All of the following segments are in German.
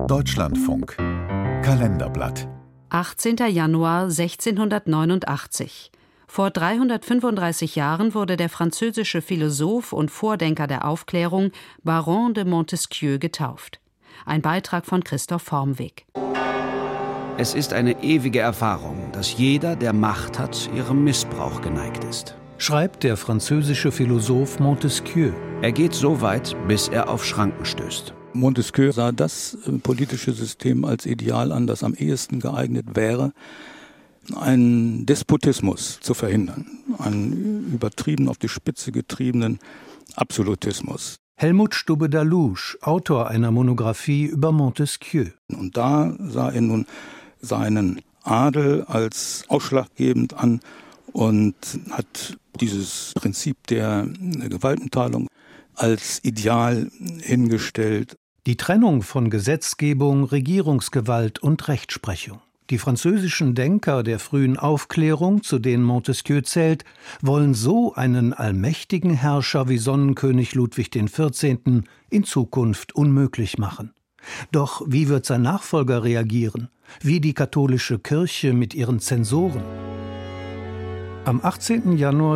Deutschlandfunk Kalenderblatt 18. Januar 1689. Vor 335 Jahren wurde der französische Philosoph und Vordenker der Aufklärung Baron de Montesquieu getauft. Ein Beitrag von Christoph Vormweg. Es ist eine ewige Erfahrung, dass jeder, der Macht hat, ihrem Missbrauch geneigt ist. Schreibt der französische Philosoph Montesquieu. Er geht so weit, bis er auf Schranken stößt. Montesquieu sah das politische System als Ideal an, das am ehesten geeignet wäre, einen Despotismus zu verhindern, einen übertrieben auf die Spitze getriebenen Absolutismus. Helmut Stubbe-Dalusch, Autor einer Monographie über Montesquieu. Und da sah er nun seinen Adel als ausschlaggebend an und hat dieses Prinzip der Gewaltenteilung als Ideal hingestellt. Die Trennung von Gesetzgebung, Regierungsgewalt und Rechtsprechung. Die französischen Denker der frühen Aufklärung, zu denen Montesquieu zählt, wollen so einen allmächtigen Herrscher wie Sonnenkönig Ludwig XIV. In Zukunft unmöglich machen. Doch wie wird sein Nachfolger reagieren? Wie die katholische Kirche mit ihren Zensoren? Am 18. Januar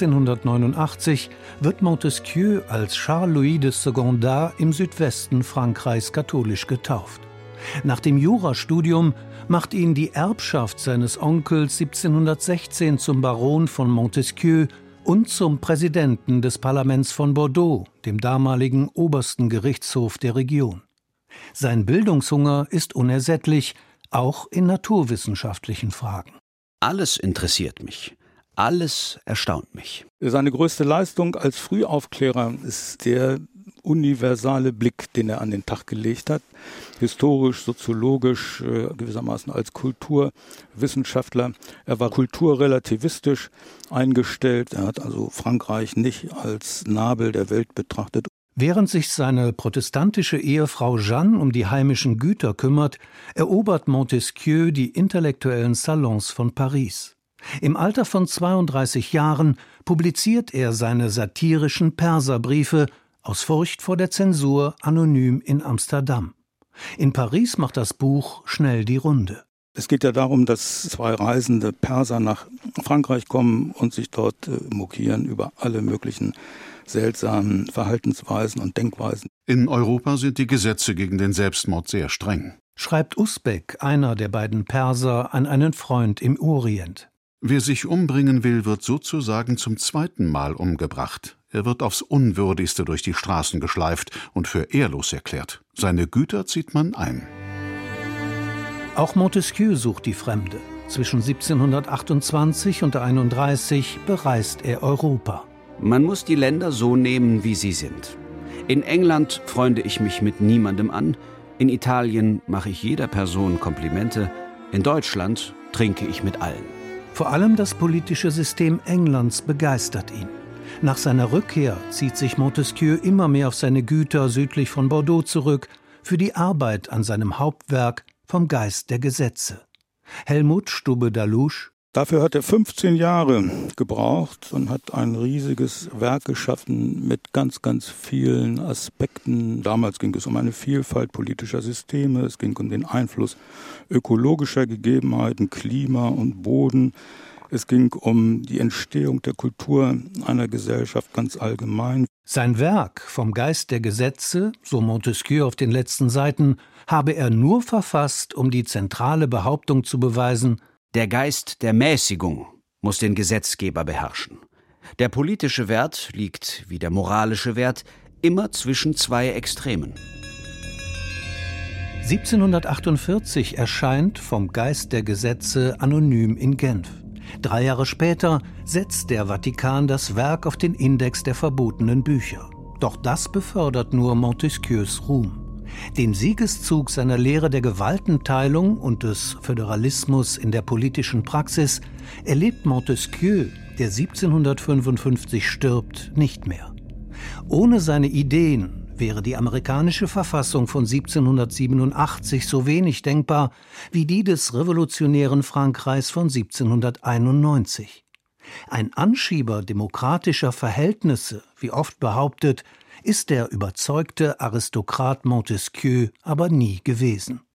1689 wird Montesquieu als Charles-Louis de Secondat im Südwesten Frankreichs katholisch getauft. Nach dem Jurastudium macht ihn die Erbschaft seines Onkels 1716 zum Baron von Montesquieu und zum Präsidenten des Parlaments von Bordeaux, dem damaligen obersten Gerichtshof der Region. Sein Bildungshunger ist unersättlich, auch in naturwissenschaftlichen Fragen. Alles interessiert mich. Alles erstaunt mich. Seine größte Leistung als Frühaufklärer ist der universale Blick, den er an den Tag gelegt hat. Historisch, soziologisch, gewissermaßen als Kulturwissenschaftler. Er war kulturrelativistisch eingestellt. Er hat also Frankreich nicht als Nabel der Welt betrachtet. Während sich seine protestantische Ehefrau Jeanne um die heimischen Güter kümmert, erobert Montesquieu die intellektuellen Salons von Paris. Im Alter von 32 Jahren publiziert er seine satirischen Perserbriefe, aus Furcht vor der Zensur anonym in Amsterdam. In Paris macht das Buch schnell die Runde. Es geht ja darum, dass zwei reisende Perser nach Frankreich kommen und sich dort mokieren über alle möglichen seltsamen Verhaltensweisen und Denkweisen. In Europa sind die Gesetze gegen den Selbstmord sehr streng, schreibt Usbek, einer der beiden Perser, an einen Freund im Orient. Wer sich umbringen will, wird sozusagen zum zweiten Mal umgebracht. Er wird aufs Unwürdigste durch die Straßen geschleift und für ehrlos erklärt. Seine Güter zieht man ein. Auch Montesquieu sucht die Fremde. Zwischen 1728 und 1731 bereist er Europa. Man muss die Länder so nehmen, wie sie sind. In England freunde ich mich mit niemandem an. In Italien mache ich jeder Person Komplimente. In Deutschland trinke ich mit allen. Vor allem das politische System Englands begeistert ihn. Nach seiner Rückkehr zieht sich Montesquieu immer mehr auf seine Güter südlich von Bordeaux zurück, für die Arbeit an seinem Hauptwerk Vom Geist der Gesetze. Helmut Stubbe-Dalusch. Dafür hat er 15 Jahre gebraucht und hat ein riesiges Werk geschaffen mit ganz, ganz vielen Aspekten. Damals ging es um eine Vielfalt politischer Systeme, es ging um den Einfluss ökologischer Gegebenheiten, Klima und Boden. Es ging um die Entstehung der Kultur einer Gesellschaft ganz allgemein. Sein Werk Vom Geist der Gesetze, so Montesquieu auf den letzten Seiten, habe er nur verfasst, um die zentrale Behauptung zu beweisen: Der Geist der Mäßigung muss den Gesetzgeber beherrschen. Der politische Wert liegt, wie der moralische Wert, immer zwischen zwei Extremen. 1748 erscheint Vom Geist der Gesetze anonym in Genf. 3 Jahre später setzt der Vatikan das Werk auf den Index der verbotenen Bücher. Doch das befördert nur Montesquieus Ruhm. Den Siegeszug seiner Lehre der Gewaltenteilung und des Föderalismus in der politischen Praxis erlebt Montesquieu, der 1755 stirbt, nicht mehr. Ohne seine Ideen wäre die amerikanische Verfassung von 1787 so wenig denkbar wie die des revolutionären Frankreichs von 1791. Ein Anschieber demokratischer Verhältnisse, wie oft behauptet, ist der überzeugte Aristokrat Montesquieu aber nie gewesen.